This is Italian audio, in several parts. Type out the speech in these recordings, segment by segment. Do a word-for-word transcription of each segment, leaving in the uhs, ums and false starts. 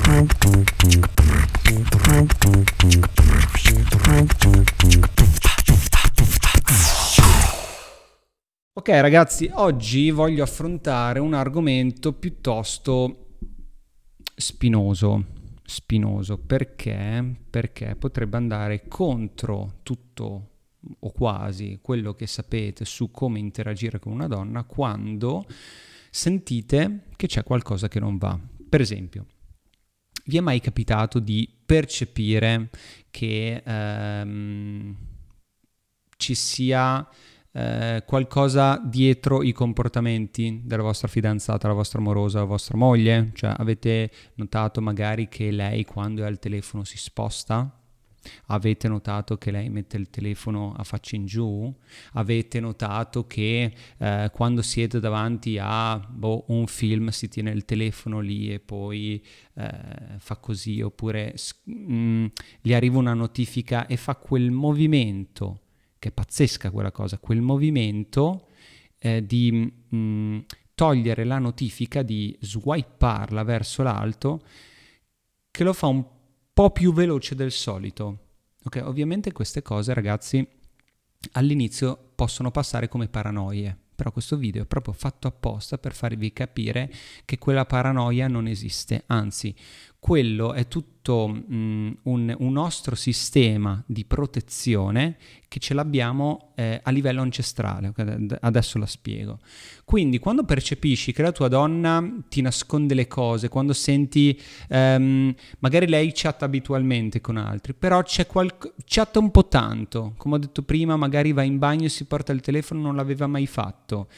Ok ragazzi, oggi voglio affrontare un argomento piuttosto spinoso, spinoso perché? Perché potrebbe andare contro tutto o quasi quello che sapete su come interagire con una donna quando sentite che c'è qualcosa che non va. Per esempio, vi è mai capitato di percepire che ehm, ci sia eh, qualcosa dietro i comportamenti della vostra fidanzata, la vostra amorosa, la vostra moglie? Cioè, avete notato magari che lei quando è al telefono si sposta? Avete notato che lei mette il telefono a faccia in giù? Avete notato che eh, quando siete davanti a boh, un film si tiene il telefono lì e poi eh, fa così, oppure mh, gli arriva una notifica e fa quel movimento, che è pazzesca quella cosa, quel movimento eh, di mh, togliere la notifica, di swiparla verso l'alto, che lo fa un po' più veloce del solito. Ok, ovviamente queste cose, ragazzi, all'inizio possono passare come paranoie, però questo video è proprio fatto apposta per farvi capire che quella paranoia non esiste, anzi, quello è tutto mh, un, un nostro sistema di protezione che ce l'abbiamo eh, a livello ancestrale. Adesso la spiego. Quindi quando percepisci che la tua donna ti nasconde le cose, quando senti ehm, magari lei chatta abitualmente con altri, però c'è qualcosa, chatta un po' tanto, come ho detto prima, magari va in bagno e si porta il telefono, non l'aveva mai fatto,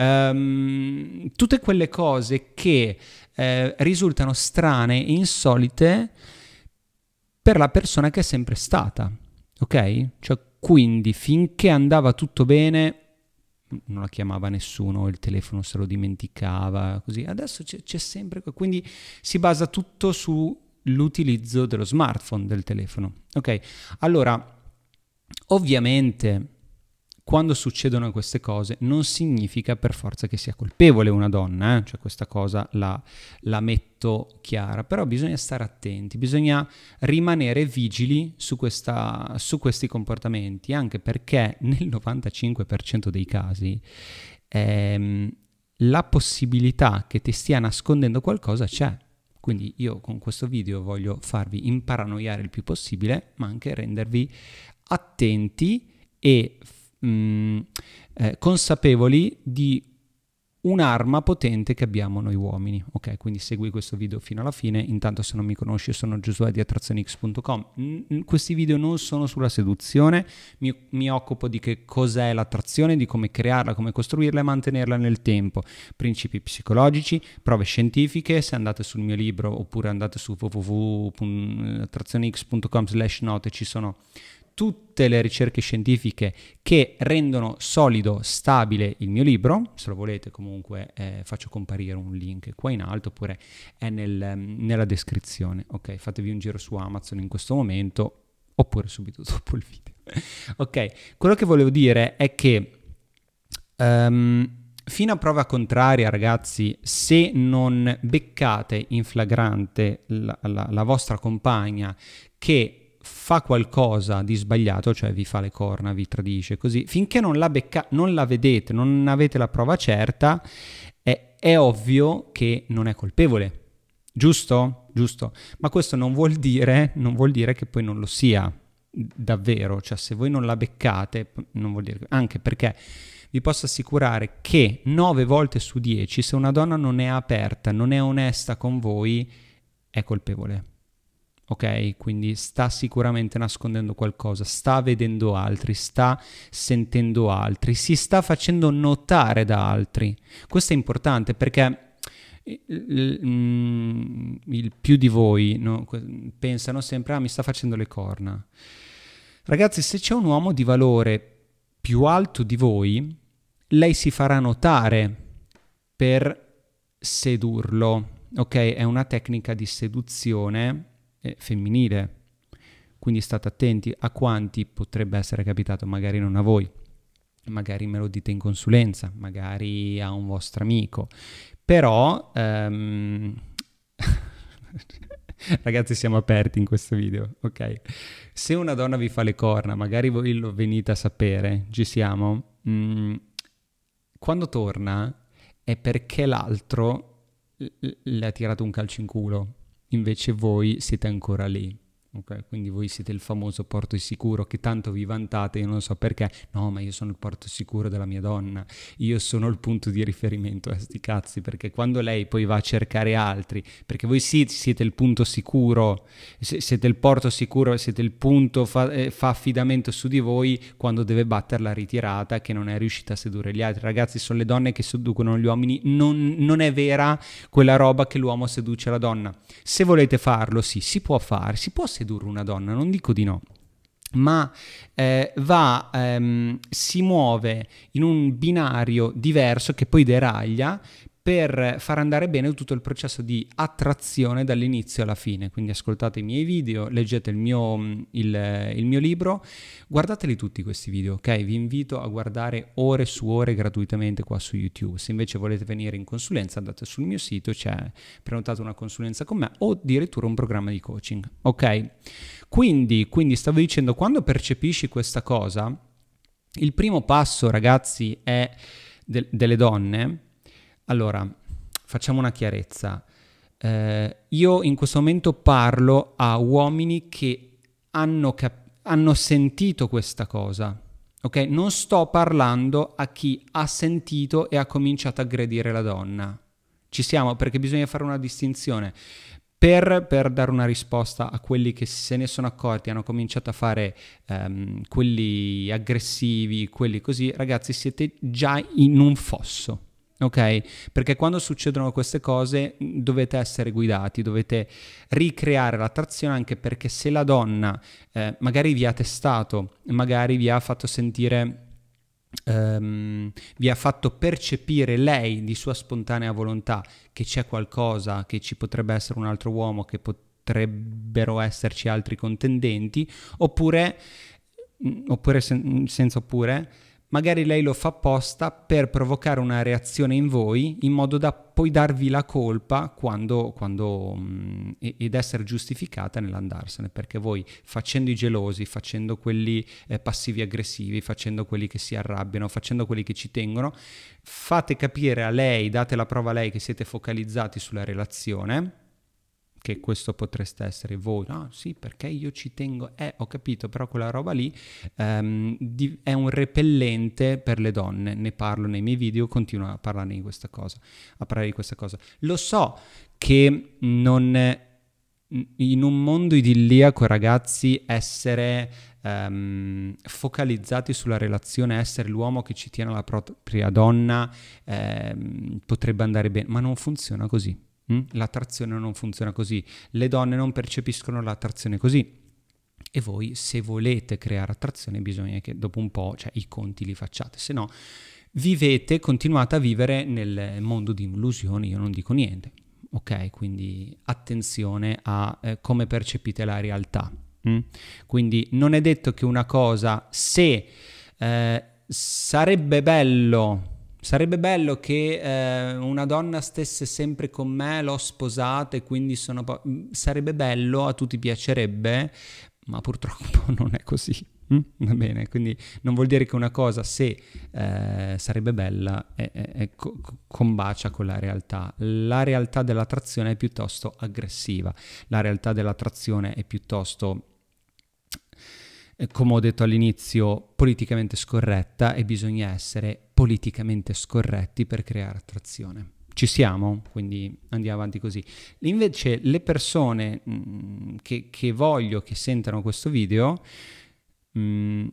ehm, tutte quelle cose che eh, risultano strane e insolite per la persona che è sempre stata, ok? Cioè, quindi finché andava tutto bene non la chiamava nessuno, il telefono se lo dimenticava, così. Adesso c'è, c'è sempre, quindi si basa tutto sull'utilizzo dello smartphone, del telefono, ok? Allora, ovviamente, quando succedono queste cose non significa per forza che sia colpevole una donna, eh? Cioè questa cosa la, la metto chiara, però bisogna stare attenti, bisogna rimanere vigili su, questa, su questi comportamenti, anche perché nel novantacinque per cento dei casi ehm, la possibilità che ti stia nascondendo qualcosa c'è. Quindi io con questo video voglio farvi imparanoiare il più possibile, ma anche rendervi attenti e mh, eh, consapevoli di un'arma potente che abbiamo noi uomini. Ok, quindi segui questo video fino alla fine. Intanto, se non mi conosci, sono Giosuè di attrazione x punto com. N- questi video non sono sulla seduzione, mi, mi occupo di che cos'è l'attrazione, di come crearla, come costruirla e mantenerla nel tempo. Principi psicologici, prove scientifiche. Se andate sul mio libro oppure andate su w w w punto attrazione x punto com slash note ci sono tutte le ricerche scientifiche che rendono solido, stabile il mio libro. Se lo volete comunque eh, faccio comparire un link qua in alto oppure è nel, nella descrizione. Ok, fatevi un giro su Amazon in questo momento oppure subito dopo il video. Ok, quello che volevo dire è che um, fino a prova contraria, ragazzi, se non beccate in flagrante la, la, la vostra compagna che fa qualcosa di sbagliato, cioè vi fa le corna, vi tradisce, così, finché non la, becca- non la vedete, non avete la prova certa, è, è ovvio che non è colpevole, giusto? Giusto. Ma questo non vuol dire, non vuol dire che poi non lo sia davvero, cioè se voi non la beccate, non vuol dire, anche perché vi posso assicurare che nove volte su dieci, se una donna non è aperta, non è onesta con voi, è colpevole. Ok, quindi sta sicuramente nascondendo qualcosa, sta vedendo altri, sta sentendo altri, si sta facendo notare da altri. Questo è importante perché il, il, il più di voi, no, pensano sempre, ah, mi sta facendo le corna. Ragazzi, se c'è un uomo di valore più alto di voi, lei si farà notare per sedurlo. Ok, è una tecnica di seduzione femminile, quindi state attenti a quanti potrebbe essere capitato, magari non a voi, magari me lo dite in consulenza, magari a un vostro amico, però ehm, Ragazzi, siamo aperti in questo video, ok? Se una donna vi fa le corna, magari voi lo venite a sapere, ci siamo, mm, quando torna è perché l'altro l- le ha tirato un calcio in culo, invece voi siete ancora lì. Ok, quindi voi siete il famoso porto sicuro che tanto vi vantate, io non so perché. No, ma io sono il porto sicuro della mia donna, io sono il punto di riferimento a sti cazzi, perché quando lei poi va a cercare altri, perché voi sì, siete il punto sicuro, siete il porto sicuro, siete il punto, fa, eh, fa affidamento su di voi quando deve battere la ritirata che non è riuscita a sedurre gli altri. Ragazzi, sono le donne che seducono gli uomini, non, non è vera quella roba che l'uomo seduce la donna. Se volete farlo, sì, si può fare, si può sedurre una donna, non dico di no, ma eh, va, ehm, si muove in un binario diverso che poi deraglia per far andare bene tutto il processo di attrazione dall'inizio alla fine. Quindi ascoltate i miei video, leggete il mio, il, il mio libro, guardateli tutti questi video, ok? Vi invito a guardare ore su ore gratuitamente qua su YouTube. Se invece volete venire in consulenza, andate sul mio sito, c'è prenotate una consulenza con me o addirittura un programma di coaching, ok? Quindi, quindi stavo dicendo, quando percepisci questa cosa, il primo passo, ragazzi, è de- delle donne. Allora, facciamo una chiarezza. Eh, io in questo momento parlo a uomini che hanno, cap- hanno sentito questa cosa, ok? Non sto parlando a chi ha sentito e ha cominciato a aggredire la donna. Ci siamo? Perché bisogna fare una distinzione. Per, per dare una risposta a quelli che se ne sono accorti, hanno cominciato a fare um, quelli aggressivi, quelli così, ragazzi, siete già in un fosso. Ok? Perché quando succedono queste cose dovete essere guidati, dovete ricreare l'attrazione, anche perché se la donna eh, magari vi ha testato, magari vi ha fatto sentire, um, vi ha fatto percepire lei di sua spontanea volontà che c'è qualcosa, che ci potrebbe essere un altro uomo, che potrebbero esserci altri contendenti, oppure, oppure sen- senza oppure, magari lei lo fa apposta per provocare una reazione in voi in modo da poi darvi la colpa quando, quando mh, ed essere giustificata nell'andarsene, perché voi facendo i gelosi, facendo quelli eh, passivi aggressivi, facendo quelli che si arrabbiano, facendo quelli che ci tengono, fate capire a lei, date la prova a lei che siete focalizzati sulla relazione, che questo potreste essere voi. No, sì, perché io ci tengo. Eh, ho capito, però quella roba lì um, di, è un repellente per le donne. Ne parlo nei miei video, continuo a parlare di questa cosa, a parlare di questa cosa. Lo so che non in un mondo idilliaco, ragazzi, essere um, focalizzati sulla relazione, essere l'uomo che ci tiene alla propria donna, um, potrebbe andare bene, ma non funziona così. L'attrazione non funziona così, le donne non percepiscono l'attrazione così, e voi, se volete creare attrazione, bisogna che dopo un po', cioè, i conti li facciate, se no vivete, continuate a vivere nel mondo di illusioni. Io non dico niente, ok? Quindi attenzione a eh, come percepite la realtà. Mm? Quindi non è detto che una cosa, se eh, sarebbe bello Sarebbe bello che eh, una donna stesse sempre con me, l'ho sposata e quindi sono... Po- sarebbe bello, a tutti piacerebbe, ma purtroppo non è così. Mm? Va bene, quindi non vuol dire che una cosa, se eh, sarebbe bella, è, è, è co- combacia con la realtà. La realtà dell'attrazione è piuttosto aggressiva, la realtà dell'attrazione è piuttosto, come ho detto all'inizio, politicamente scorretta, e bisogna essere politicamente scorretti per creare attrazione. Ci siamo? Quindi andiamo avanti così. Invece le persone mh, che, che voglio che sentano questo video, mh,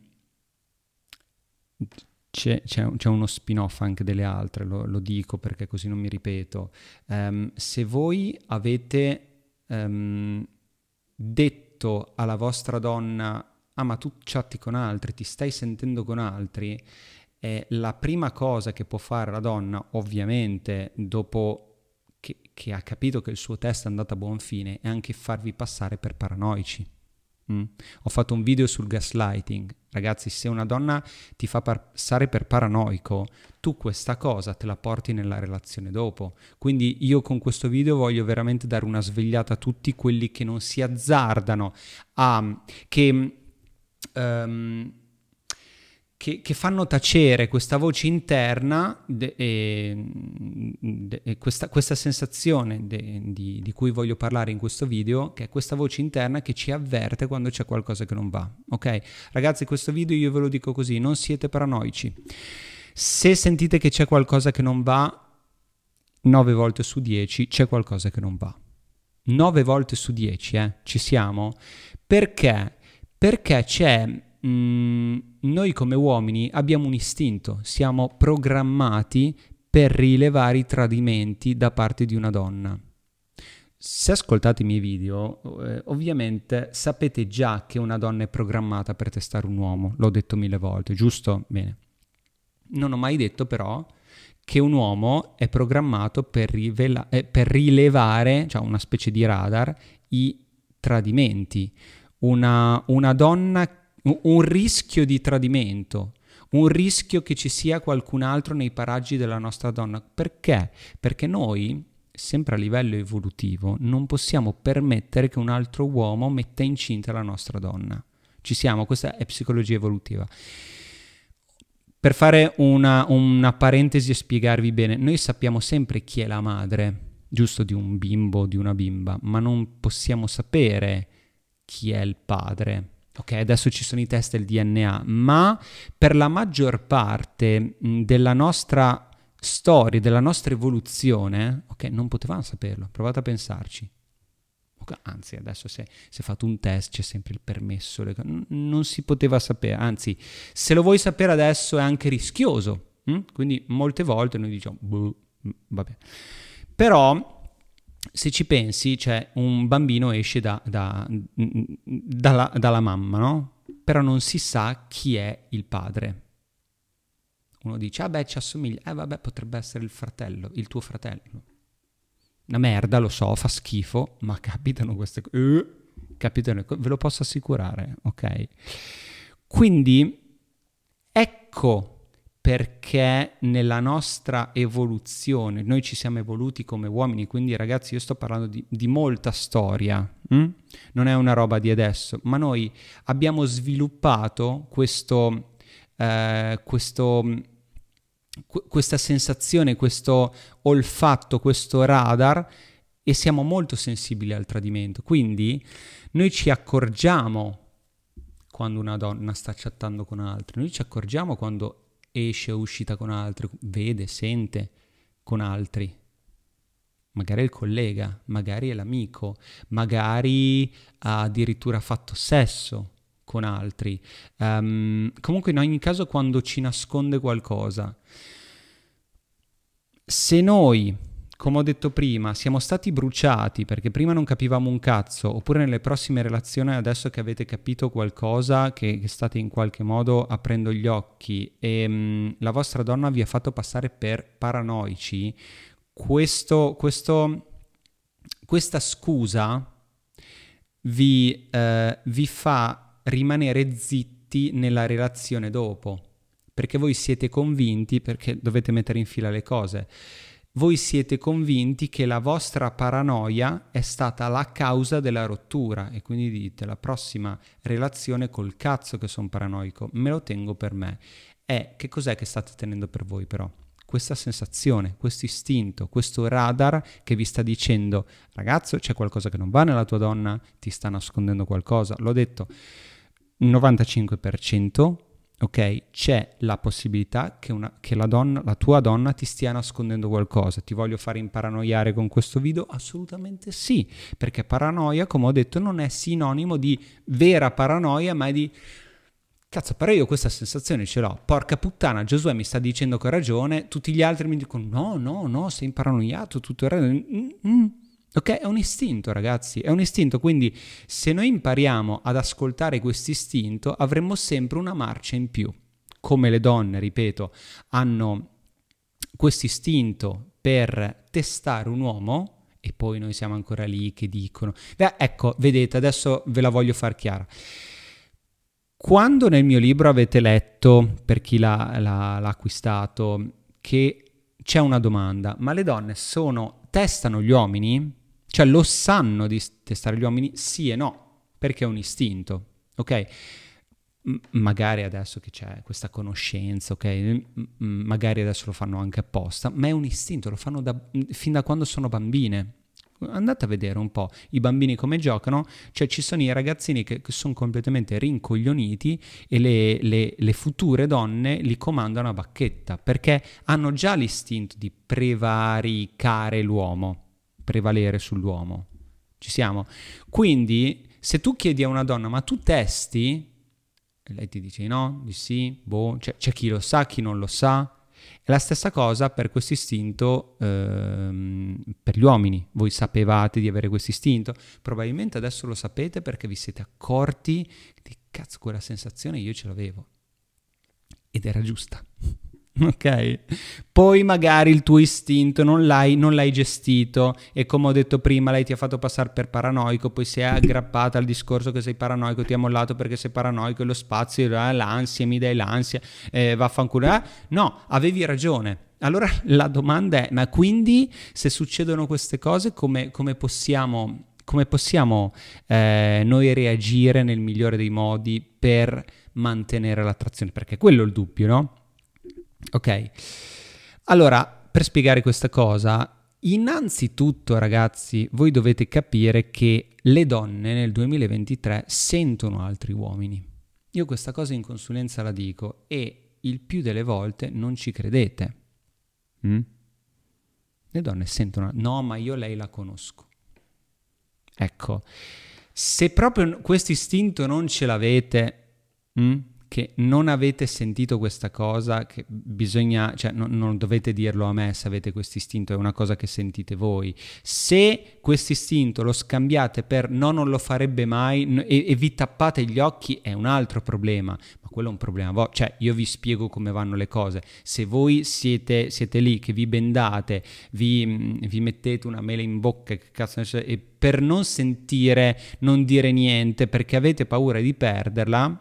c'è, c'è, c'è uno spin-off anche delle altre, lo, lo dico perché così non mi ripeto. Um, se voi avete um, detto alla vostra donna: ah, ma tu chatti con altri, ti stai sentendo con altri, eh, la prima cosa che può fare la donna, ovviamente, dopo che, che ha capito che il suo test è andato a buon fine, è anche farvi passare per paranoici. Mm. Ho fatto un video sul gaslighting. Ragazzi, se una donna ti fa passare per paranoico, tu questa cosa te la porti nella relazione dopo. Quindi io con questo video voglio veramente dare una svegliata a tutti quelli che non si azzardano a... che... Um, Che, che fanno tacere questa voce interna de, e, de, e questa, questa sensazione de, di, di cui voglio parlare in questo video, che è questa voce interna che ci avverte quando c'è qualcosa che non va. Ok? Ragazzi, questo video io ve lo dico così, non siete paranoici. Se sentite che c'è qualcosa che non va, nove volte su dieci c'è qualcosa che non va. nove volte su dieci, eh? Ci siamo? Perché? Perché c'è... Mm, noi come uomini abbiamo un istinto, siamo programmati per rilevare i tradimenti da parte di una donna. Se ascoltate i miei video, eh, ovviamente sapete già che una donna è programmata per testare un uomo, l'ho detto mille volte, giusto? Bene. Non ho mai detto però che un uomo è programmato per, rivela- eh, per rilevare, cioè una specie di radar, i tradimenti. Una, una donna, un rischio di tradimento, un rischio che ci sia qualcun altro nei paraggi della nostra donna. Perché? Perché noi, sempre a livello evolutivo, non possiamo permettere che un altro uomo metta incinta la nostra donna. Ci siamo, questa è psicologia evolutiva. Per fare una, una parentesi e spiegarvi bene, noi sappiamo sempre chi è la madre, giusto, di un bimbo o di una bimba, ma non possiamo sapere chi è il padre. Ok, adesso ci sono i test del D N A, ma per la maggior parte mh, della nostra storia, della nostra evoluzione, ok, non potevamo saperlo, provate a pensarci. Okay, anzi, adesso se, se fate un test c'è sempre il permesso, le, n- non si poteva sapere, anzi, se lo vuoi sapere adesso è anche rischioso, hm? Quindi molte volte noi diciamo, boh, vabbè. Però... se ci pensi, cioè un bambino esce da, da, dalla, dalla mamma, no? Però non si sa chi è il padre. Uno dice, ah beh, ci assomiglia. Eh vabbè, potrebbe essere il fratello, il tuo fratello. Una merda, lo so, fa schifo, ma capitano queste cose. Uh, capitano, ve lo posso assicurare, ok? Quindi, ecco... perché nella nostra evoluzione, noi ci siamo evoluti come uomini, quindi ragazzi io sto parlando di, di molta storia, hm? Non è una roba di adesso, ma noi abbiamo sviluppato questo, eh, questo, qu- questa sensazione, questo olfatto, questo radar e siamo molto sensibili al tradimento, quindi noi ci accorgiamo quando una donna sta chattando con altri, noi ci accorgiamo quando esce o uscita con altri, vede, sente con altri. Magari è il collega, magari è l'amico, magari ha addirittura fatto sesso con altri. Um, comunque in ogni caso quando ci nasconde qualcosa. Se noi, come ho detto prima, siamo stati bruciati perché prima non capivamo un cazzo, oppure nelle prossime relazioni adesso che avete capito qualcosa, che, che state in qualche modo aprendo gli occhi e mh, la vostra donna vi ha fatto passare per paranoici, questo, questo, questa scusa vi, eh, vi fa rimanere zitti nella relazione dopo, perché voi siete convinti, perché dovete mettere in fila le cose, voi siete convinti che la vostra paranoia è stata la causa della rottura e quindi dite la prossima relazione col cazzo che sono paranoico, me lo tengo per me. E che cos'è che state tenendo per voi però? Questa sensazione, questo istinto, questo radar che vi sta dicendo ragazzo c'è qualcosa che non va nella tua donna, ti sta nascondendo qualcosa. L'ho detto, novantacinque per cento. Ok, c'è la possibilità che, una, che la, donna, la tua donna ti stia nascondendo qualcosa. Ti voglio fare imparanoiare con questo video? Assolutamente sì, perché paranoia, come ho detto, non è sinonimo di vera paranoia, ma è di cazzo, però io questa sensazione ce l'ho. Porca puttana, Giosuè mi sta dicendo che ho ragione, tutti gli altri mi dicono no, no, no, sei imparanoiato, tutto il resto. Mm-hmm. Ok, è un istinto ragazzi, è un istinto, quindi se noi impariamo ad ascoltare questo istinto avremo sempre una marcia in più. Come le donne, ripeto, hanno questo istinto per testare un uomo e poi noi siamo ancora lì che dicono... Beh, ecco, vedete, adesso ve la voglio far chiara. Quando nel mio libro avete letto, per chi l'ha, l'ha, l'ha acquistato, che c'è una domanda, ma le donne sono, testano gli uomini? Cioè lo sanno di testare gli uomini? Sì e no, perché è un istinto, ok? M- magari adesso che c'è questa conoscenza, ok? M- magari adesso lo fanno anche apposta, ma è un istinto, lo fanno da, fin da quando sono bambine. Andate a vedere un po' i bambini come giocano, cioè ci sono i ragazzini che, che sono completamente rincoglioniti e le, le, le future donne li comandano a bacchetta perché hanno già l'istinto di prevaricare l'uomo, prevalere sull'uomo. Ci siamo? Quindi se tu chiedi a una donna ma tu testi? E lei ti dice no, di sì, boh, c'è, c'è chi lo sa, chi non lo sa. È la stessa cosa per questo istinto ehm, per gli uomini. Voi sapevate di avere questo istinto? Probabilmente adesso lo sapete perché vi siete accorti di cazzo, quella sensazione io ce l'avevo. Ed era giusta. Ok? Poi magari il tuo istinto non l'hai, non l'hai gestito e come ho detto prima lei ti ha fatto passare per paranoico, poi si è aggrappata al discorso che sei paranoico, ti ha mollato perché sei paranoico e lo spazio, eh, l'ansia, mi dai l'ansia, eh, vaffanculo. Eh? No, avevi ragione. Allora la domanda è, ma quindi se succedono queste cose come, come possiamo, come possiamo eh, noi reagire nel migliore dei modi per mantenere l'attrazione? Perché quello è il dubbio, no? Ok, allora per spiegare questa cosa, innanzitutto ragazzi, voi dovete capire che le donne nel duemilaventitré sentono altri uomini. Io questa cosa in consulenza la dico e il più delle volte non ci credete. Mm? Le donne sentono, no ma io lei la conosco. Ecco, se proprio questo istinto non ce l'avete... Mm? che non avete sentito questa cosa, che bisogna, cioè non, non dovete dirlo a me se avete questo istinto, è una cosa che sentite voi. Se questo istinto lo scambiate per no, non lo farebbe mai e, e vi tappate gli occhi, è un altro problema, ma quello è un problema vostro. Cioè io vi spiego come vanno le cose. Se voi siete, siete lì che vi bendate, vi, vi mettete una mela in bocca, che cazzo ne so, e per non sentire, non dire niente, perché avete paura di perderla,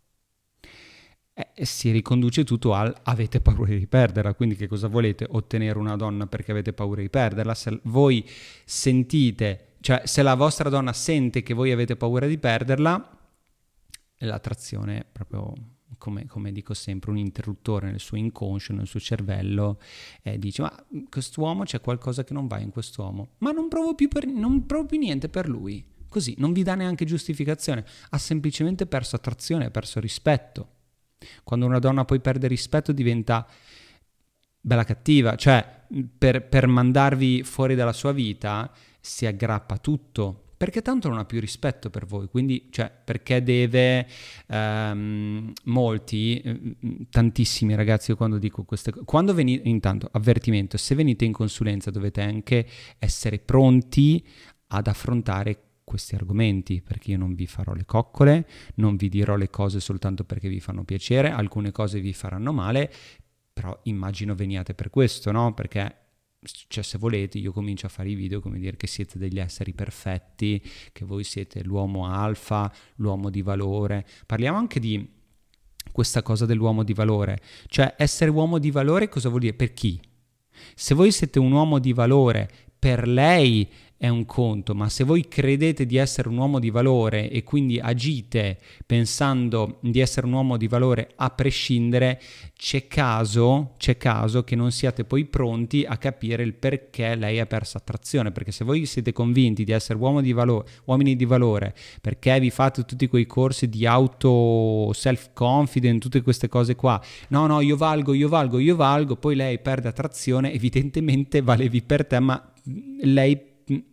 Eh, si riconduce tutto al avete paura di perderla, quindi che cosa volete? Ottenere una donna perché avete paura di perderla? Se voi sentite, cioè se la vostra donna sente che voi avete paura di perderla, l'attrazione è proprio, come, come dico sempre, un interruttore nel suo inconscio, nel suo cervello, e dice ma quest'uomo c'è qualcosa che non va in quest'uomo, ma non provo più, per, non provo più niente per lui, così, non vi dà neanche giustificazione, ha semplicemente perso attrazione, ha perso rispetto. Quando una donna poi perde rispetto diventa bella cattiva, cioè per, per mandarvi fuori dalla sua vita si aggrappa tutto, perché tanto non ha più rispetto per voi, quindi cioè perché deve ehm, molti, tantissimi ragazzi, io quando dico queste cose, quando venite, intanto avvertimento, se venite in consulenza dovete anche essere pronti ad affrontare questi argomenti, perché io non vi farò le coccole, non vi dirò le cose soltanto perché vi fanno piacere, alcune cose vi faranno male, però immagino veniate per questo, no? Perché cioè se volete io comincio a fare i video come dire che siete degli esseri perfetti, che voi siete l'uomo alfa, l'uomo di valore. Parliamo anche di questa cosa dell'uomo di valore, cioè essere uomo di valore cosa vuol dire? Per chi? Se voi siete un uomo di valore per lei è un conto, ma se voi credete di essere un uomo di valore e quindi agite pensando di essere un uomo di valore a prescindere, c'è caso, c'è caso che non siate poi pronti a capire il perché lei ha perso attrazione, perché se voi siete convinti di essere uomo di valore, uomini di valore, perché vi fate tutti quei corsi di auto self-confident, tutte queste cose qua, no no io valgo, io valgo, io valgo, poi lei perde attrazione, evidentemente valevi per te, ma lei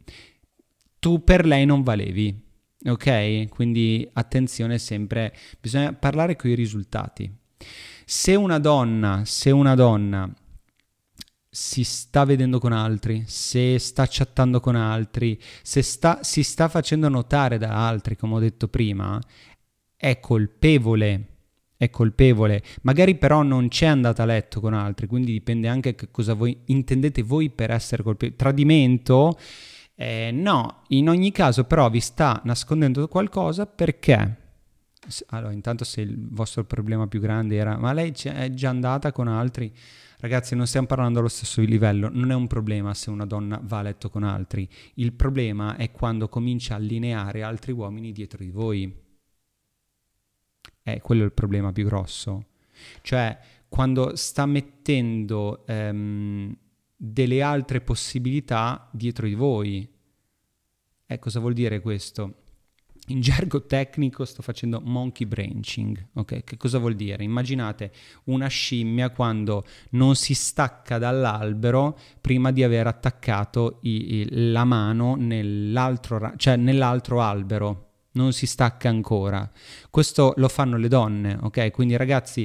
tu per lei non valevi, ok? Quindi attenzione sempre, bisogna parlare con i risultati. Se una donna, se una donna si sta vedendo con altri, se sta chattando con altri, se sta, si sta facendo notare da altri, come ho detto prima, è colpevole. È colpevole, magari però non c'è andata a letto con altri, quindi dipende anche che cosa voi intendete voi per essere colpevoli. Tradimento Eh, no, in ogni caso però vi sta nascondendo qualcosa perché... Allora, intanto se il vostro problema più grande era ma lei è già andata con altri, ragazzi, non stiamo parlando allo stesso livello, non è un problema se una donna va a letto con altri, il problema è quando comincia a allineare altri uomini dietro di voi. È quello il problema più grosso, cioè quando sta mettendo ehm, delle altre possibilità dietro di voi. E cosa vuol dire questo? In gergo tecnico sto facendo monkey branching, ok? Che cosa vuol dire? Immaginate una scimmia quando non si stacca dall'albero prima di aver attaccato i, i, la mano nell'altro, cioè nell'altro albero, non si stacca ancora. Questo lo fanno le donne, ok? Quindi ragazzi,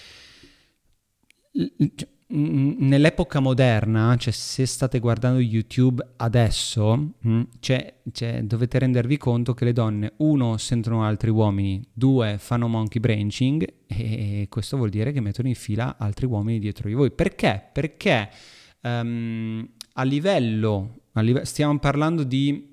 nell'epoca moderna, cioè se state guardando YouTube adesso, cioè, cioè, dovete rendervi conto che le donne, uno, sentono altri uomini, due, fanno monkey branching, e questo vuol dire che mettono in fila altri uomini dietro di voi. Perché? Perché um, a livello, a livello, stiamo parlando di...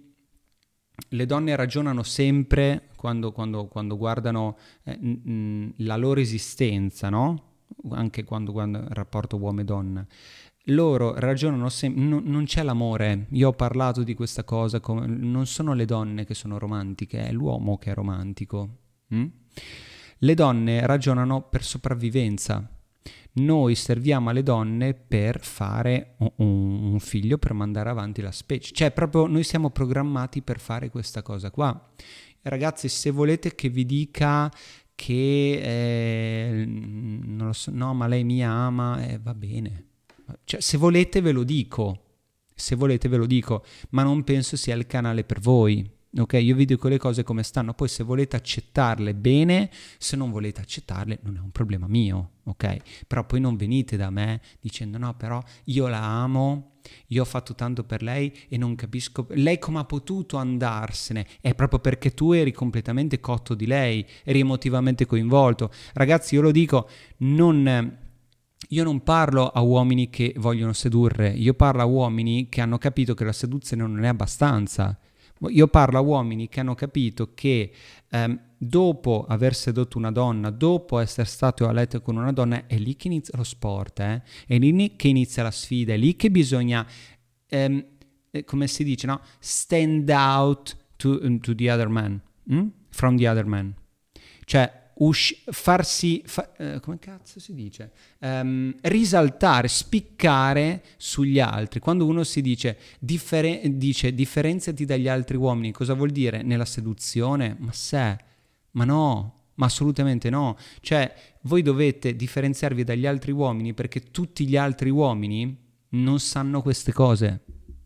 Le donne ragionano sempre quando, quando, quando guardano eh, n- la loro esistenza, no? Anche quando guardano il rapporto uomo e donna. Loro ragionano sempre, no, non c'è l'amore. Io ho parlato di questa cosa, come, non sono le donne che sono romantiche, è l'uomo che è romantico. Mm? Le donne ragionano per sopravvivenza. Noi serviamo alle donne per fare un, un figlio, per mandare avanti la specie. Cioè, proprio noi siamo programmati per fare questa cosa qua. Ragazzi, se volete che vi dica che eh, non lo so, no, ma lei mi ama, eh, va bene. Cioè, se volete ve lo dico. Se volete ve lo dico, ma non penso sia il canale per voi. Ok, io vi dico le cose come stanno, poi se volete accettarle bene, se non volete accettarle non è un problema mio, ok? Però poi non venite da me dicendo no, però io la amo, io ho fatto tanto per lei e non capisco lei come ha potuto andarsene. È proprio perché tu eri completamente cotto di lei, eri emotivamente coinvolto. Ragazzi, io lo dico, non... Io non parlo a uomini che vogliono sedurre, io parlo a uomini che hanno capito che la seduzione non è abbastanza. Io parlo a uomini che hanno capito che ehm, dopo aver sedotto una donna, dopo essere stato a letto con una donna, è lì che inizia lo sport, eh? È lì che inizia la sfida, è lì che bisogna, ehm, come si dice, no? Stand out to, to the other man, hm? From the other man. Cioè, Usci- farsi, fa- eh, come cazzo si dice? Um, risaltare, spiccare sugli altri. Quando uno si dice, differen- dice differenziati dagli altri uomini, cosa vuol dire? Nella seduzione? Ma se, ma no, ma assolutamente no. Cioè, voi dovete differenziarvi dagli altri uomini perché tutti gli altri uomini non sanno queste cose.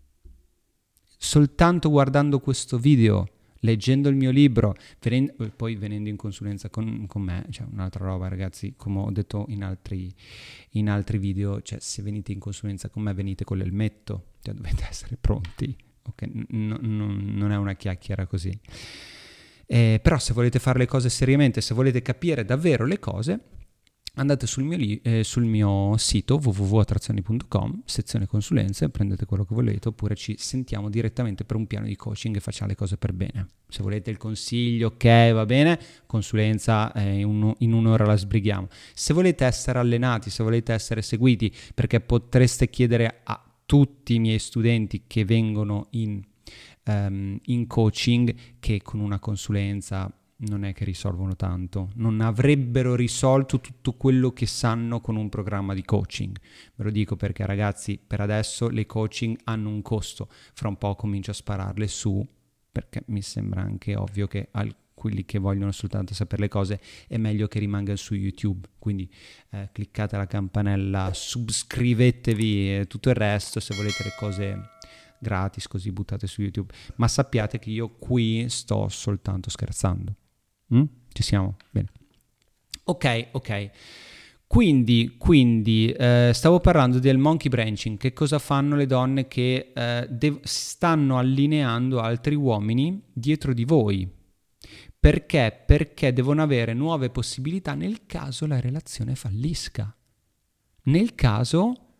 Soltanto guardando questo video, leggendo il mio libro, venendo, poi venendo in consulenza con, con me, cioè un'altra roba, ragazzi, come ho detto in altri, in altri video, cioè se venite in consulenza con me venite con l'elmetto, cioè dovete essere pronti, ok? N- n- non è una chiacchiera così. Eh, però se volete fare le cose seriamente, se volete capire davvero le cose, andate sul mio, li- eh, sul mio sito w w w punto attrazioni punto com, sezione consulenze, prendete quello che volete, oppure ci sentiamo direttamente per un piano di coaching e facciamo le cose per bene. Se volete il consiglio, ok, va bene, consulenza eh, in, un, in un'ora la sbrighiamo. Se volete essere allenati, se volete essere seguiti, perché potreste chiedere a tutti i miei studenti che vengono in, um, in coaching che con una consulenza non è che risolvono tanto, non avrebbero risolto tutto quello che sanno con un programma di coaching. Ve lo dico perché ragazzi, per adesso le coaching hanno un costo, fra un po' comincio a spararle su, perché mi sembra anche ovvio che al quelli che vogliono soltanto sapere le cose è meglio che rimanga su YouTube, quindi eh, cliccate la campanella, subscrivetevi e tutto il resto se volete le cose gratis così buttate su YouTube, ma sappiate che io qui sto soltanto scherzando. Mm? Ci siamo? Bene. Ok, ok. Quindi, quindi eh, stavo parlando del monkey branching. Che cosa fanno le donne che eh, dev- stanno allineando altri uomini dietro di voi? Perché? Perché devono avere nuove possibilità nel caso la relazione fallisca. Nel caso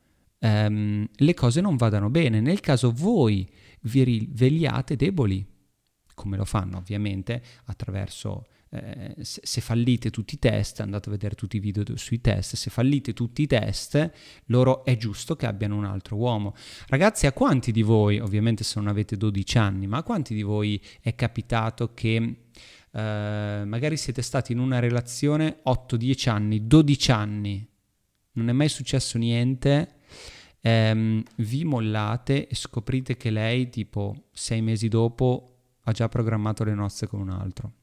ehm, le cose non vadano bene, nel caso voi vi riveliate deboli, come lo fanno ovviamente attraverso, eh, se, se fallite tutti i test, andate a vedere tutti i video sui test, se fallite tutti i test, loro è giusto che abbiano un altro uomo. Ragazzi, a quanti di voi, ovviamente se non avete dodici anni, ma a quanti di voi è capitato che Uh, magari siete stati in una relazione otto dieci anni, dodici anni, non è mai successo niente, um, vi mollate e scoprite che lei tipo sei mesi dopo ha già programmato le nozze con un altro.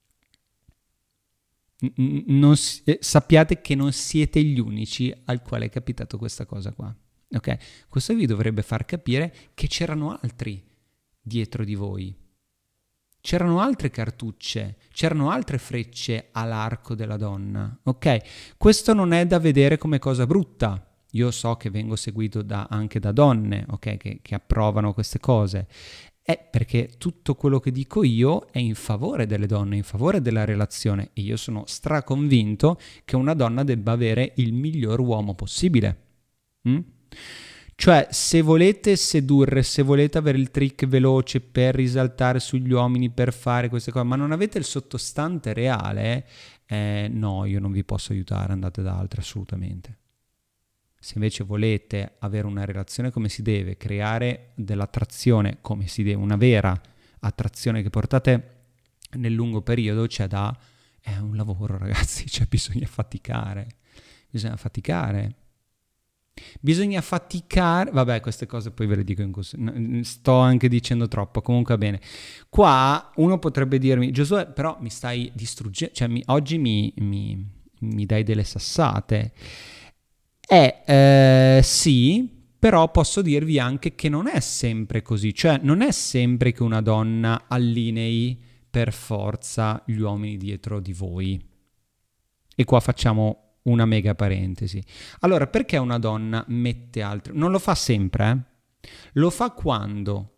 N- non si- eh, sappiate che non siete gli unici al quale è capitato questa cosa qua, ok? Questo vi dovrebbe far capire che c'erano altri dietro di voi. C'erano altre cartucce, c'erano altre frecce all'arco della donna, ok? Questo non è da vedere come cosa brutta. Io so che vengo seguito da, anche da donne, ok? Che, che approvano queste cose. È perché tutto quello che dico io è in favore delle donne, in favore della relazione. E io sono straconvinto che una donna debba avere il miglior uomo possibile. Mm? Cioè, se volete sedurre, se volete avere il trick veloce per risaltare sugli uomini, per fare queste cose, ma non avete il sottostante reale, eh, no, io non vi posso aiutare, andate da altre, assolutamente. Se invece volete avere una relazione come si deve, creare dell'attrazione come si deve, una vera attrazione che portate nel lungo periodo, c'è da... è un lavoro, ragazzi, cioè bisogna faticare, bisogna faticare. Bisogna faticare, vabbè, queste cose poi ve le dico in corso, sto anche dicendo troppo, comunque va bene. Qua uno potrebbe dirmi, Giosuè, però mi stai distruggendo, cioè mi, oggi mi, mi, mi dai delle sassate. Eh, eh, sì, però posso dirvi anche che non è sempre così, cioè non è sempre che una donna allinei per forza gli uomini dietro di voi. E qua facciamo una mega parentesi. Allora, perché una donna mette altri? Non lo fa sempre, eh? Lo fa quando?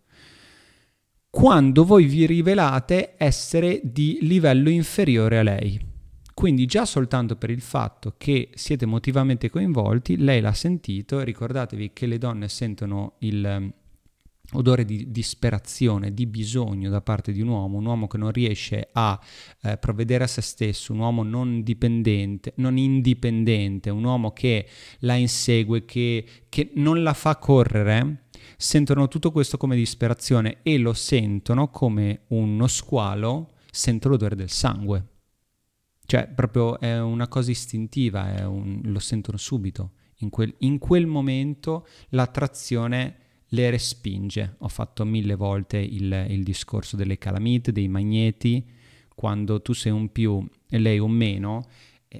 Quando voi vi rivelate essere di livello inferiore a lei. Quindi già soltanto per il fatto che siete emotivamente coinvolti, lei l'ha sentito, ricordatevi che le donne sentono il odore di disperazione, di bisogno da parte di un uomo, un uomo che non riesce a eh, provvedere a se stesso, un uomo non dipendente, non indipendente, un uomo che la insegue, che, che non la fa correre, sentono tutto questo come disperazione e lo sentono come uno squalo, sentono l'odore del sangue. Cioè, proprio è una cosa istintiva, è un, lo sentono subito. In quel, in quel momento l'attrazione le respinge. Ho fatto mille volte il, il discorso delle calamite, dei magneti. Quando tu sei un più e lei un meno, eh,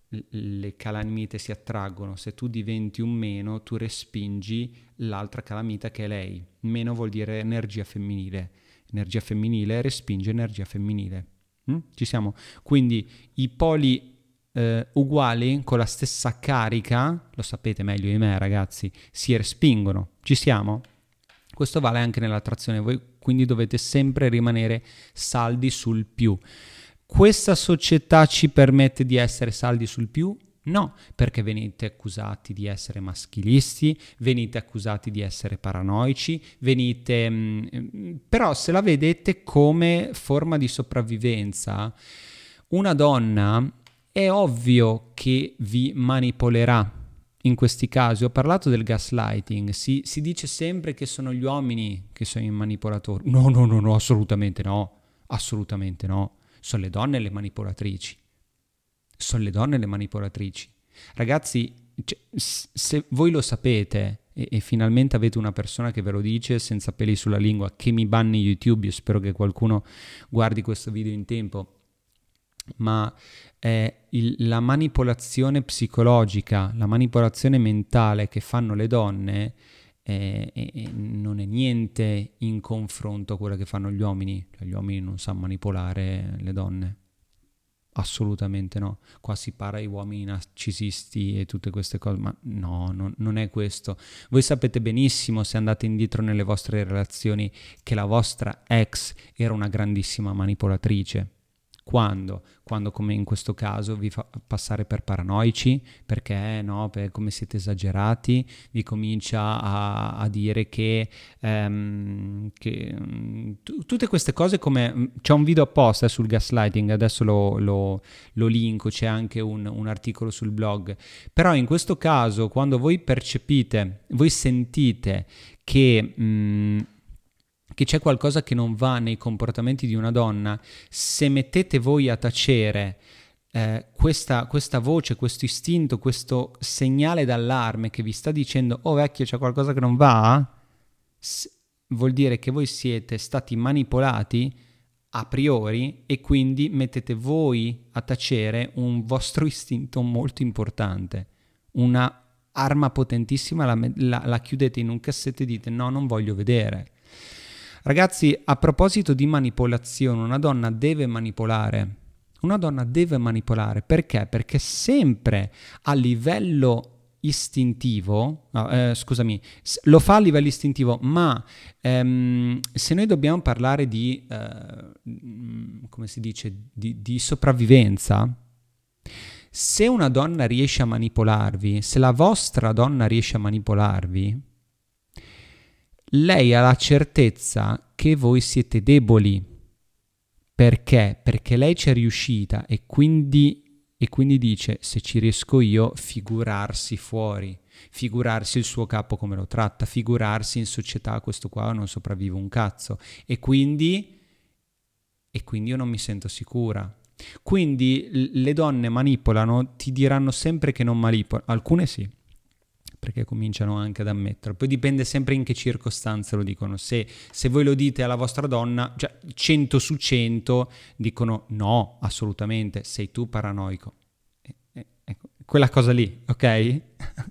le calamite si attraggono. Se tu diventi un meno, tu respingi l'altra calamita che è lei. Meno vuol dire energia femminile. Energia femminile respinge energia femminile. Mm? Ci siamo? Quindi i poli eh, uguali con la stessa carica, lo sapete meglio di me ragazzi, si respingono. Ci siamo? Questo vale anche nell'attrazione, voi quindi dovete sempre rimanere saldi sul più. Questa società ci permette di essere saldi sul più? No, perché venite accusati di essere maschilisti, venite accusati di essere paranoici, venite... Mh, però se la vedete come forma di sopravvivenza, una donna è ovvio che vi manipolerà. In questi casi ho parlato del gaslighting, si, si dice sempre che sono gli uomini che sono i manipolatori. No, no, no, no, assolutamente no, assolutamente no. Sono le donne le manipolatrici. Sono le donne le manipolatrici. Ragazzi, cioè, se voi lo sapete e, e finalmente avete una persona che ve lo dice senza peli sulla lingua, che mi banni YouTube, io spero che qualcuno guardi questo video in tempo, ma eh, il, la manipolazione psicologica, la manipolazione mentale che fanno le donne eh, eh, non è niente in confronto a quello che fanno gli uomini. Gli uomini non sanno manipolare le donne. Assolutamente no. Qua si parla di uomini narcisisti e tutte queste cose, ma no, non, non è questo. Voi sapete benissimo, se andate indietro nelle vostre relazioni, che la vostra ex era una grandissima manipolatrice. Quando? Quando, come in questo caso, vi fa passare per paranoici, perché no, per come siete esagerati, vi comincia a, a dire che, ehm, che t- tutte queste cose, come c'è un video apposta sul gaslighting, adesso lo, lo, lo linko, c'è anche un, un articolo sul blog, però in questo caso quando voi percepite, voi sentite che... Mh, che c'è qualcosa che non va nei comportamenti di una donna, se mettete voi a tacere eh, questa, questa voce, questo istinto, questo segnale d'allarme che vi sta dicendo oh vecchio c'è qualcosa che non va, S- vuol dire che voi siete stati manipolati a priori e quindi mettete voi a tacere un vostro istinto molto importante, una arma potentissima, la, la, la chiudete in un cassetto e dite no, non voglio vedere. Ragazzi, a proposito di manipolazione, una donna deve manipolare. Una donna deve manipolare. Perché? Perché sempre a livello istintivo, no, eh, scusami, lo fa a livello istintivo, ma ehm, se noi dobbiamo parlare di, eh, come si dice, di, di sopravvivenza, se una donna riesce a manipolarvi, se la vostra donna riesce a manipolarvi, lei ha la certezza che voi siete deboli. Perché? Perché lei ci è riuscita e quindi, e quindi dice se ci riesco io, figurarsi fuori, figurarsi il suo capo come lo tratta, figurarsi in società questo qua non sopravvive un cazzo e quindi, e quindi io non mi sento sicura. Quindi le donne manipolano, ti diranno sempre che non manipolano, alcune sì, perché cominciano anche ad ammetterlo. Poi dipende sempre in che circostanze lo dicono. Se, se voi lo dite alla vostra donna, cioè cento su cento dicono no, assolutamente, sei tu paranoico. E, e, ecco, quella cosa lì, ok?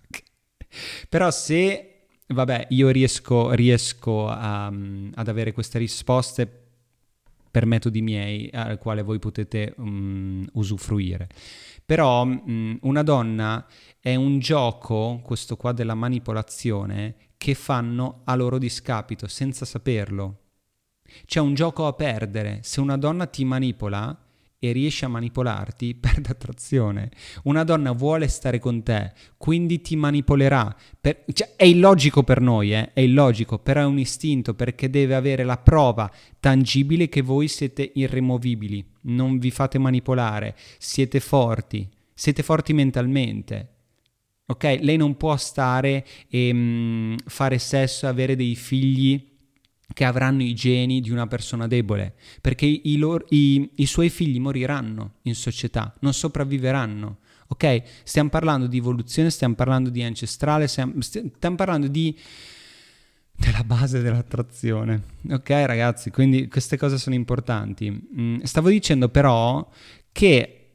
Però se, vabbè, io riesco, riesco a, ad avere queste risposte per metodi miei al quale voi potete um, usufruire. Però um, una donna è un gioco, questo qua della manipolazione, che fanno a loro discapito, senza saperlo. C'è un gioco a perdere. Se una donna ti manipola e riesce a manipolarti, perde attrazione. Una donna vuole stare con te, quindi ti manipolerà. Per, cioè, è illogico per noi, eh? È illogico, però è un istinto, perché deve avere la prova tangibile che voi siete irremovibili, non vi fate manipolare, siete forti, siete forti mentalmente. Ok? Lei non può stare e mh, fare sesso e avere dei figli che avranno i geni di una persona debole, perché i, loro, i, i suoi figli moriranno in società, non sopravviveranno. Ok? Stiamo parlando di evoluzione, stiamo parlando di ancestrale, stiamo, stiamo parlando di della base dell'attrazione. Ok, ragazzi, quindi queste cose sono importanti. Mm, stavo dicendo però che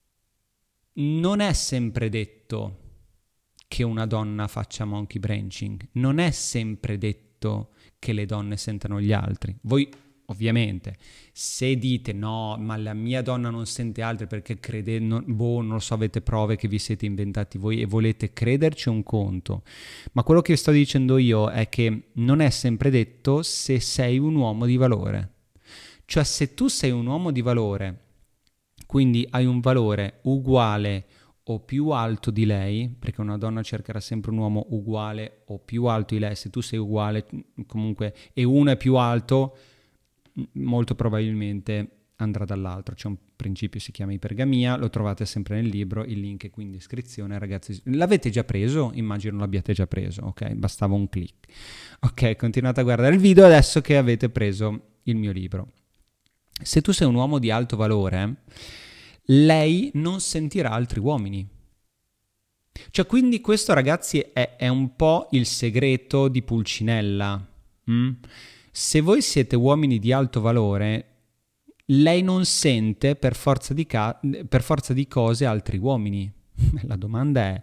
non è sempre detto che una donna faccia monkey branching, non è sempre detto che le donne sentano gli altri. Voi ovviamente se dite no, ma la mia donna non sente altri perché crede, non, boh, non lo so, avete prove che vi siete inventati voi e volete crederci, un conto. Ma quello che sto dicendo io è che non è sempre detto se sei un uomo di valore. Cioè se tu sei un uomo di valore, quindi hai un valore uguale o più alto di lei, perché una donna cercherà sempre un uomo uguale o più alto di lei, se tu sei uguale comunque e uno è più alto, molto probabilmente andrà dall'altro. C'è un principio, si chiama ipergamia, lo trovate sempre nel libro, il link è qui in descrizione. Ragazzi, l'avete già preso? Immagino l'abbiate già preso, ok? Bastava un click. Ok, continuate a guardare il video adesso che avete preso il mio libro. Se tu sei un uomo di alto valore, lei non sentirà altri uomini. Cioè, quindi questo, ragazzi, è, è un po' il segreto di Pulcinella. Mm? Se voi siete uomini di alto valore, lei non sente per forza di, ca- per forza di cose altri uomini. La domanda è,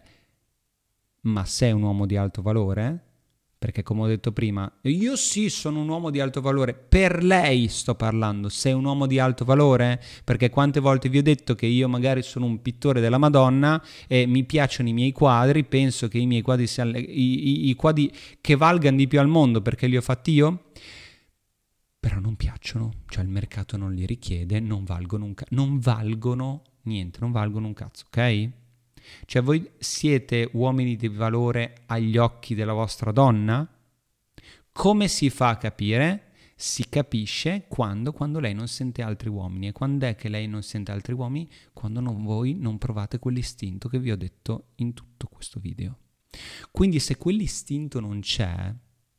ma sei un uomo di alto valore? Perché come ho detto prima, io sì sono un uomo di alto valore, per lei sto parlando, sei un uomo di alto valore? Perché quante volte vi ho detto che io magari sono un pittore della Madonna e mi piacciono i miei quadri, penso che i miei quadri siano i, i, i quadri che valgano di più al mondo perché li ho fatti io? però non piacciono, cioè il mercato non li richiede, non valgono un cazzo, non valgono niente, non valgono un cazzo, ok? Cioè voi siete uomini di valore agli occhi della vostra donna? Come si fa a capire? Si capisce quando, quando lei non sente altri uomini. E quando è che lei non sente altri uomini? Quando non, voi non provate quell'istinto che vi ho detto in tutto questo video. Quindi se quell'istinto non c'è,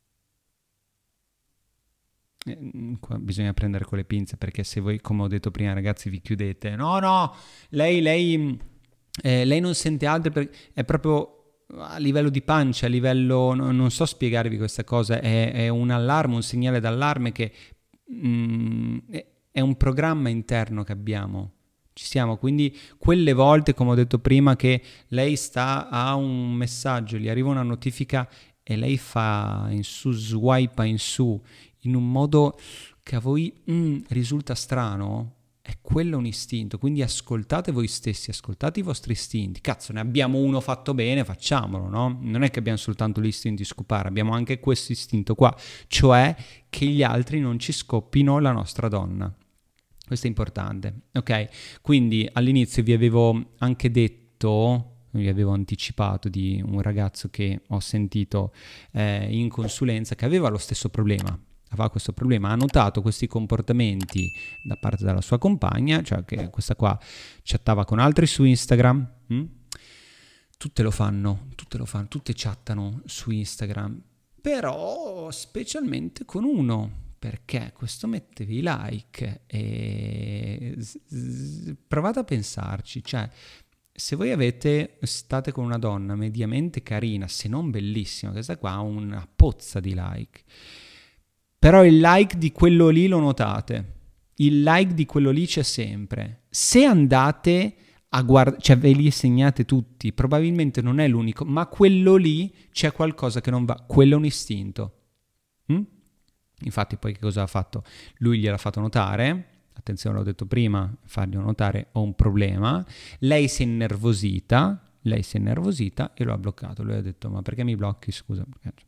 eh, qua bisogna prendere con le pinze, perché se voi, come ho detto prima ragazzi, vi chiudete, no no, lei, lei, eh, lei non sente altri, perché è proprio a livello di pancia, a livello, no, non so spiegarvi questa cosa, è, è un allarme, un segnale d'allarme che mm, è, è un programma interno che abbiamo. Ci siamo, quindi quelle volte, come ho detto prima, che lei sta a un messaggio, gli arriva una notifica e lei fa in su, swipe in su in un modo che a voi mm, risulta strano, è quello un istinto. Quindi ascoltate voi stessi, ascoltate i vostri istinti. Cazzo, ne abbiamo uno fatto bene, facciamolo, no? Non è che abbiamo soltanto l'istinto di scopare, abbiamo anche questo istinto qua, cioè che gli altri non ci scoppino la nostra donna. Questo è importante, ok? Quindi all'inizio vi avevo anche detto, vi avevo anticipato di un ragazzo che ho sentito eh, in consulenza che aveva lo stesso problema, aveva questo problema, ha notato questi comportamenti da parte della sua compagna, cioè che questa qua chattava con altri su Instagram, hm? tutte lo fanno, tutte lo fanno, tutte chattano su Instagram, però specialmente con uno. Perché questo mettevi like e provate a pensarci, cioè se voi avete, state con una donna mediamente carina, se non bellissima, questa qua ha una pozza di like, però il like di quello lì lo notate, il like di quello lì c'è sempre. Se andate a guardare, cioè ve li segnate tutti, probabilmente non è l'unico, ma quello lì c'è qualcosa che non va, quello è un istinto. Hm? Infatti poi che cosa ha fatto? Lui gliel'ha fatto notare, attenzione l'ho detto prima, farglielo notare, ho un problema, lei si è innervosita, lei si è innervosita e lo ha bloccato, lui ha detto ma perché mi blocchi, scusa?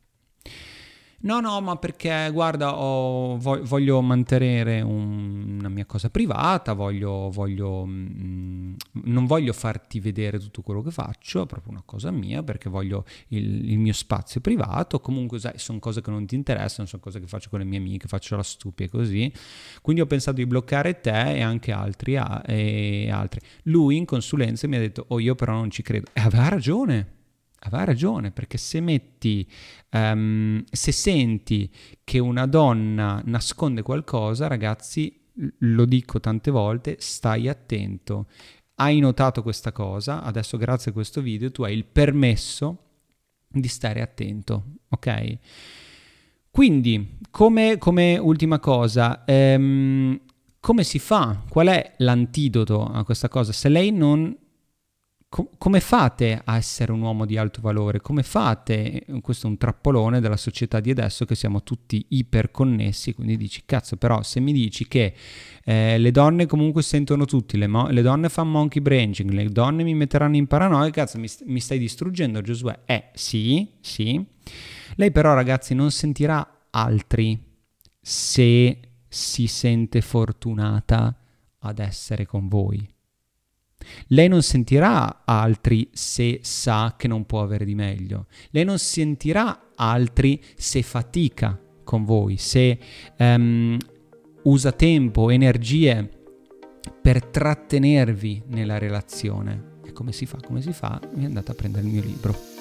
No, no, ma perché guarda, ho, voglio mantenere un, una mia cosa privata, voglio, voglio, mh, non voglio farti vedere tutto quello che faccio, è proprio una cosa mia, perché voglio il, il mio spazio privato, comunque sai, sono cose che non ti interessano, sono cose che faccio con le mie amiche, faccio la stupida così, quindi ho pensato di bloccare te e anche altri, a, e altri. Lui in consulenza mi ha detto, oh io però non ci credo, e aveva ragione. Aveva ragione, perché se metti, um, se senti che una donna nasconde qualcosa, ragazzi, lo dico tante volte, stai attento. Hai notato questa cosa, adesso grazie a questo video tu hai il permesso di stare attento, ok? Quindi, come, come ultima cosa, um, come si fa? Qual è l'antidoto a questa cosa? Se lei non... come fate a essere un uomo di alto valore? Come fate? Questo è un trappolone della società di adesso, che siamo tutti iperconnessi, quindi dici, cazzo, però se mi dici che eh, le donne comunque sentono tutti, le, mo- le donne fanno monkey branching, le donne mi metteranno in paranoia, cazzo, mi, st- mi stai distruggendo, Giosuè. Eh, sì, sì. Lei però, ragazzi, non sentirà altri se si sente fortunata ad essere con voi. Lei non sentirà altri se sa che non può avere di meglio. Lei non sentirà altri se fatica con voi, se um, usa tempo, energie per trattenervi nella relazione. E come si fa? Come si fa? Vi andate a prendere il mio libro.